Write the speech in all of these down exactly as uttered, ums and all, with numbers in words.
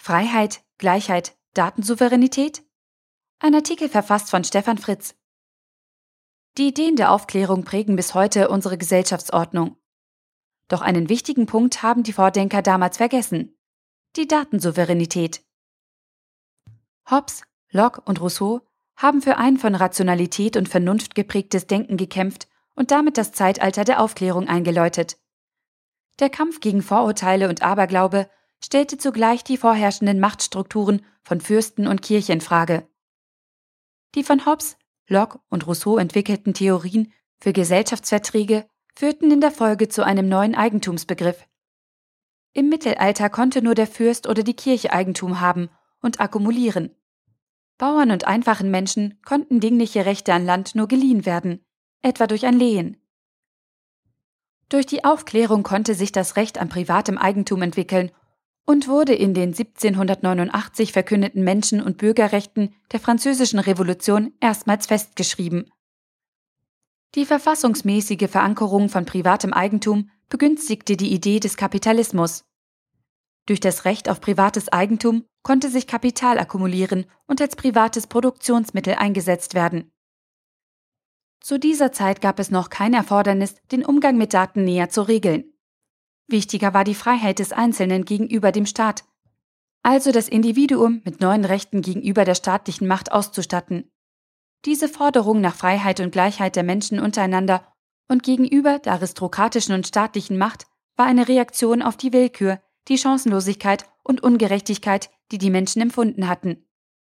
Freiheit, Gleichheit, Datensouveränität? Ein Artikel verfasst von Stefan Fritz. Die Ideen der Aufklärung prägen bis heute unsere Gesellschaftsordnung. Doch einen wichtigen Punkt haben die Vordenker damals vergessen: die Datensouveränität. Hobbes, Locke und Rousseau haben für ein von Rationalität und Vernunft geprägtes Denken gekämpft und damit das Zeitalter der Aufklärung eingeläutet. Der Kampf gegen Vorurteile und Aberglaube stellte zugleich die vorherrschenden Machtstrukturen von Fürsten und Kirche in Frage. Die von Hobbes, Locke und Rousseau entwickelten Theorien für Gesellschaftsverträge führten in der Folge zu einem neuen Eigentumsbegriff. Im Mittelalter konnte nur der Fürst oder die Kirche Eigentum haben und akkumulieren. Bauern und einfachen Menschen konnten dingliche Rechte an Land nur geliehen werden, etwa durch ein Lehen. Durch die Aufklärung konnte sich das Recht an privatem Eigentum entwickeln und wurde in den siebzehnhundertneunundachtzig verkündeten Menschen- und Bürgerrechten der Französischen Revolution erstmals festgeschrieben. Die verfassungsmäßige Verankerung von privatem Eigentum begünstigte die Idee des Kapitalismus. Durch das Recht auf privates Eigentum konnte sich Kapital akkumulieren und als privates Produktionsmittel eingesetzt werden. Zu dieser Zeit gab es noch kein Erfordernis, den Umgang mit Daten näher zu regeln. Wichtiger war die Freiheit des Einzelnen gegenüber dem Staat, also das Individuum mit neuen Rechten gegenüber der staatlichen Macht auszustatten. Diese Forderung nach Freiheit und Gleichheit der Menschen untereinander und gegenüber der aristokratischen und staatlichen Macht war eine Reaktion auf die Willkür, die Chancenlosigkeit und Ungerechtigkeit, die die Menschen empfunden hatten.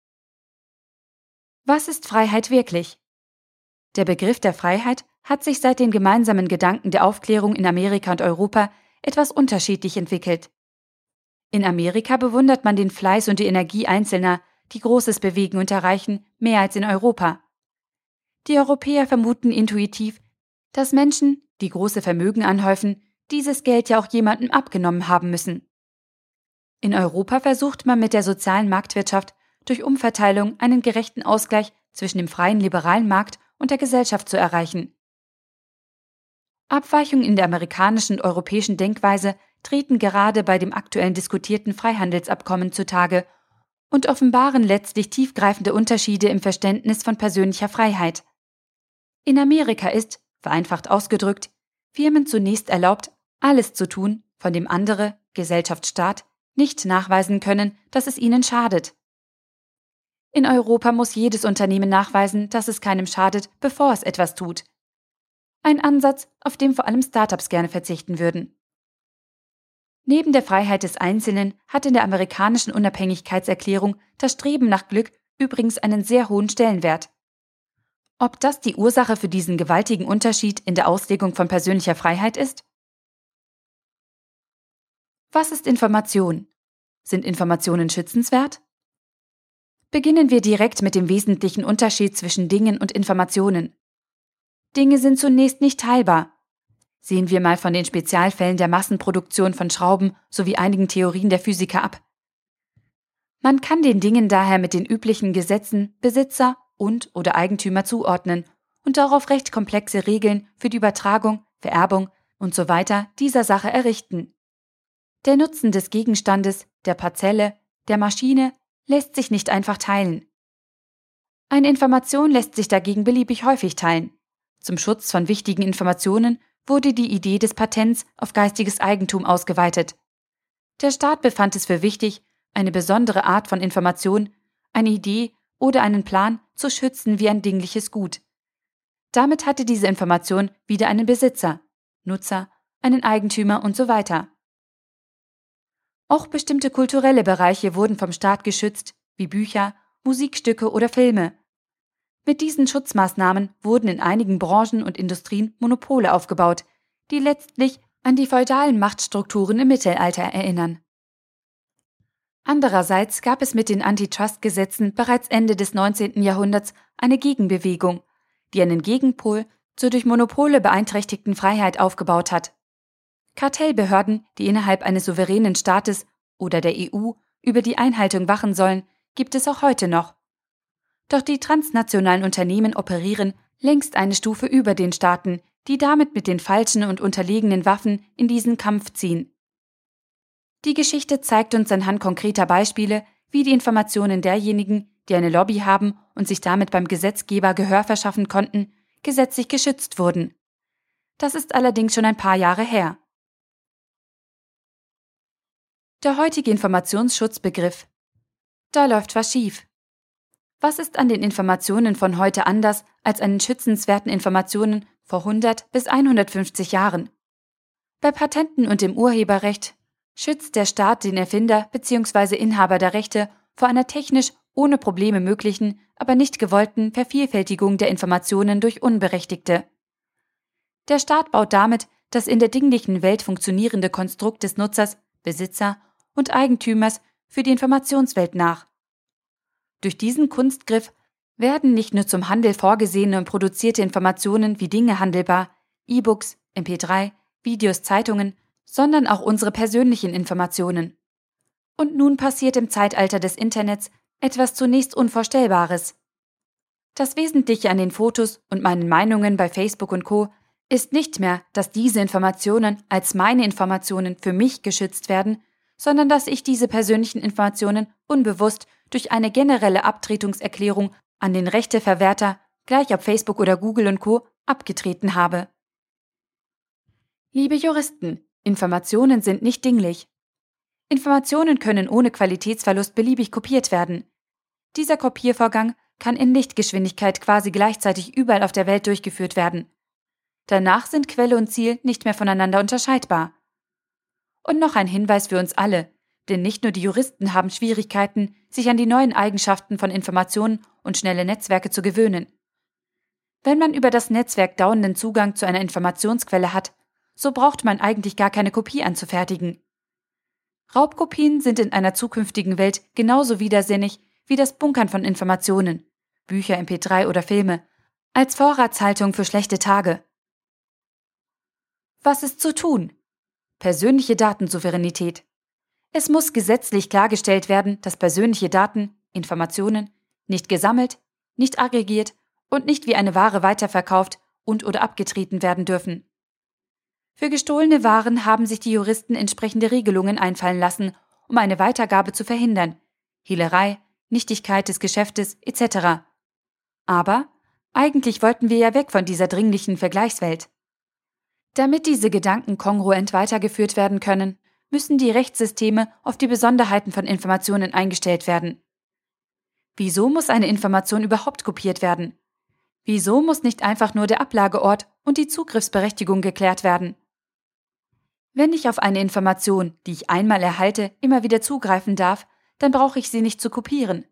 Was ist Freiheit wirklich? Der Begriff der Freiheit hat sich seit den gemeinsamen Gedanken der Aufklärung in Amerika und Europa etwas unterschiedlich entwickelt. In Amerika bewundert man den Fleiß und die Energie Einzelner, die Großes bewegen und erreichen, mehr als in Europa. Die Europäer vermuten intuitiv, dass Menschen, die große Vermögen anhäufen, dieses Geld ja auch jemandem abgenommen haben müssen. In Europa versucht man mit der sozialen Marktwirtschaft durch Umverteilung einen gerechten Ausgleich zwischen dem freien liberalen Markt und der Gesellschaft zu erreichen. Abweichungen in der amerikanischen und europäischen Denkweise treten gerade bei dem aktuell diskutierten Freihandelsabkommen zutage und offenbaren letztlich tiefgreifende Unterschiede im Verständnis von persönlicher Freiheit. In Amerika ist, vereinfacht ausgedrückt, Firmen zunächst erlaubt, alles zu tun, von dem andere, Gesellschaft, Staat, nicht nachweisen können, dass es ihnen schadet. In Europa muss jedes Unternehmen nachweisen, dass es keinem schadet, bevor es etwas tut. Ein Ansatz, auf den vor allem Startups gerne verzichten würden. Neben der Freiheit des Einzelnen hat in der amerikanischen Unabhängigkeitserklärung das Streben nach Glück übrigens einen sehr hohen Stellenwert. Ob das die Ursache für diesen gewaltigen Unterschied in der Auslegung von persönlicher Freiheit ist? Was ist Information? Sind Informationen schützenswert? Beginnen wir direkt mit dem wesentlichen Unterschied zwischen Dingen und Informationen. Dinge sind zunächst nicht teilbar. Sehen wir mal von den Spezialfällen der Massenproduktion von Schrauben sowie einigen Theorien der Physiker ab. Man kann den Dingen daher mit den üblichen Gesetzen Besitzer und oder Eigentümer zuordnen und darauf recht komplexe Regeln für die Übertragung, Vererbung und so weiter dieser Sache errichten. Der Nutzen des Gegenstandes, der Parzelle, der Maschine lässt sich nicht einfach teilen. Eine Information lässt sich dagegen beliebig häufig teilen. Zum Schutz von wichtigen Informationen wurde die Idee des Patents auf geistiges Eigentum ausgeweitet. Der Staat befand es für wichtig, eine besondere Art von Information, eine Idee oder einen Plan zu schützen wie ein dingliches Gut. Damit hatte diese Information wieder einen Besitzer, Nutzer, einen Eigentümer und so weiter. Auch bestimmte kulturelle Bereiche wurden vom Staat geschützt, wie Bücher, Musikstücke oder Filme. Mit diesen Schutzmaßnahmen wurden in einigen Branchen und Industrien Monopole aufgebaut, die letztlich an die feudalen Machtstrukturen im Mittelalter erinnern. Andererseits gab es mit den Antitrust-Gesetzen bereits Ende des neunzehnten Jahrhunderts eine Gegenbewegung, die einen Gegenpol zur durch Monopole beeinträchtigten Freiheit aufgebaut hat. Kartellbehörden, die innerhalb eines souveränen Staates oder der E U über die Einhaltung wachen sollen, gibt es auch heute noch. Doch die transnationalen Unternehmen operieren längst eine Stufe über den Staaten, die damit mit den falschen und unterlegenen Waffen in diesen Kampf ziehen. Die Geschichte zeigt uns anhand konkreter Beispiele, wie die Informationen derjenigen, die eine Lobby haben und sich damit beim Gesetzgeber Gehör verschaffen konnten, gesetzlich geschützt wurden. Das ist allerdings schon ein paar Jahre her. Der heutige Informationsschutzbegriff. Da läuft was schief. Was ist an den Informationen von heute anders als an den schützenswerten Informationen vor hundert bis hundertfünfzig Jahren? Bei Patenten und dem Urheberrecht schützt der Staat den Erfinder bzw. Inhaber der Rechte vor einer technisch ohne Probleme möglichen, aber nicht gewollten Vervielfältigung der Informationen durch Unberechtigte. Der Staat baut damit das in der dinglichen Welt funktionierende Konstrukt des Nutzers, Besitzer und Eigentümers für die Informationswelt nach. Durch diesen Kunstgriff werden nicht nur zum Handel vorgesehene und produzierte Informationen wie Dinge handelbar, E-Books, M P drei, Videos, Zeitungen, sondern auch unsere persönlichen Informationen. Und nun passiert im Zeitalter des Internets etwas zunächst Unvorstellbares. Das Wesentliche an den Fotos und meinen Meinungen bei Facebook und Co. ist nicht mehr, dass diese Informationen als meine Informationen für mich geschützt werden, sondern dass ich diese persönlichen Informationen unbewusst durch eine generelle Abtretungserklärung an den Rechteverwerter, gleich ob Facebook oder Google und Co., abgetreten habe. Liebe Juristen, Informationen sind nicht dinglich. Informationen können ohne Qualitätsverlust beliebig kopiert werden. Dieser Kopiervorgang kann in Lichtgeschwindigkeit quasi gleichzeitig überall auf der Welt durchgeführt werden. Danach sind Quelle und Ziel nicht mehr voneinander unterscheidbar. Und noch ein Hinweis für uns alle, denn nicht nur die Juristen haben Schwierigkeiten, sich an die neuen Eigenschaften von Informationen und schnelle Netzwerke zu gewöhnen. Wenn man über das Netzwerk dauernden Zugang zu einer Informationsquelle hat, so braucht man eigentlich gar keine Kopie anzufertigen. Raubkopien sind in einer zukünftigen Welt genauso widersinnig wie das Bunkern von Informationen, Bücher, M P drei oder Filme, als Vorratshaltung für schlechte Tage. Was ist zu tun? Persönliche Datensouveränität. Es muss gesetzlich klargestellt werden, dass persönliche Daten, Informationen, nicht gesammelt, nicht aggregiert und nicht wie eine Ware weiterverkauft und oder abgetreten werden dürfen. Für gestohlene Waren haben sich die Juristen entsprechende Regelungen einfallen lassen, um eine Weitergabe zu verhindern, Hehlerei, Nichtigkeit des Geschäftes et cetera. Aber eigentlich wollten wir ja weg von dieser dringlichen Vergleichswelt. Damit diese Gedanken kongruent weitergeführt werden können, müssen die Rechtssysteme auf die Besonderheiten von Informationen eingestellt werden. Wieso muss eine Information überhaupt kopiert werden? Wieso muss nicht einfach nur der Ablageort und die Zugriffsberechtigung geklärt werden? Wenn ich auf eine Information, die ich einmal erhalte, immer wieder zugreifen darf, dann brauche ich sie nicht zu kopieren.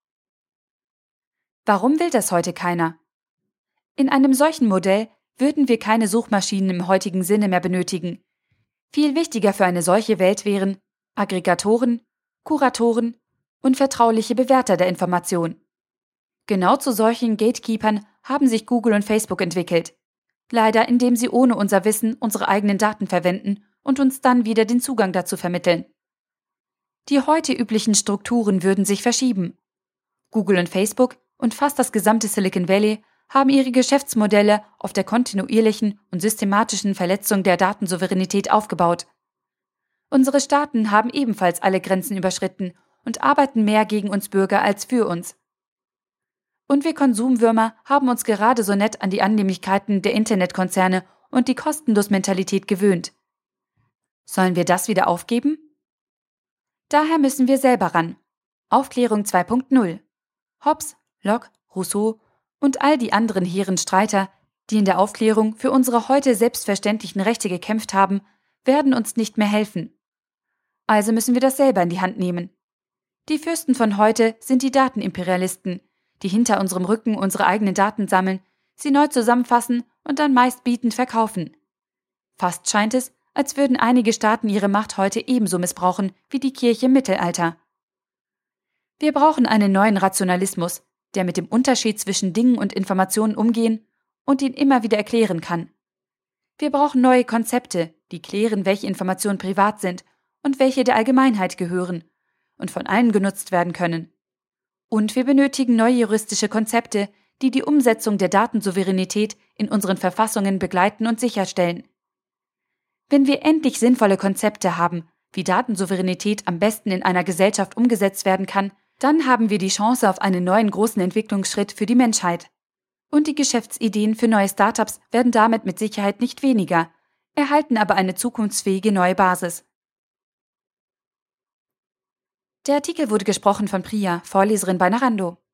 Warum will das heute keiner? In einem solchen Modell würden wir keine Suchmaschinen im heutigen Sinne mehr benötigen. Viel wichtiger für eine solche Welt wären Aggregatoren, Kuratoren und vertrauliche Bewerter der Information. Genau zu solchen Gatekeepern haben sich Google und Facebook entwickelt. Leider indem sie ohne unser Wissen unsere eigenen Daten verwenden und uns dann wieder den Zugang dazu vermitteln. Die heute üblichen Strukturen würden sich verschieben. Google und Facebook und fast das gesamte Silicon Valley haben ihre Geschäftsmodelle auf der kontinuierlichen und systematischen Verletzung der Datensouveränität aufgebaut. Unsere Staaten haben ebenfalls alle Grenzen überschritten und arbeiten mehr gegen uns Bürger als für uns. Und wir Konsumwürmer haben uns gerade so nett an die Annehmlichkeiten der Internetkonzerne und die Kostenlos-Mentalität gewöhnt. Sollen wir das wieder aufgeben? Daher müssen wir selber ran. Aufklärung zwei Punkt null. Hobbes, Locke, Rousseau und all die anderen hehren Streiter, die in der Aufklärung für unsere heute selbstverständlichen Rechte gekämpft haben, werden uns nicht mehr helfen. Also müssen wir das selber in die Hand nehmen. Die Fürsten von heute sind die Datenimperialisten, die hinter unserem Rücken unsere eigenen Daten sammeln, sie neu zusammenfassen und dann meist bietend verkaufen. Fast scheint es, als würden einige Staaten ihre Macht heute ebenso missbrauchen wie die Kirche im Mittelalter. Wir brauchen einen neuen Rationalismus, der mit dem Unterschied zwischen Dingen und Informationen umgehen und ihn immer wieder erklären kann. Wir brauchen neue Konzepte, die klären, welche Informationen privat sind und welche der Allgemeinheit gehören und von allen genutzt werden können. Und wir benötigen neue juristische Konzepte, die die Umsetzung der Datensouveränität in unseren Verfassungen begleiten und sicherstellen. Wenn wir endlich sinnvolle Konzepte haben, wie Datensouveränität am besten in einer Gesellschaft umgesetzt werden kann, dann haben wir die Chance auf einen neuen großen Entwicklungsschritt für die Menschheit. Und die Geschäftsideen für neue Startups werden damit mit Sicherheit nicht weniger, erhalten aber eine zukunftsfähige neue Basis. Der Artikel wurde gesprochen von Priya, Vorleserin bei Narando.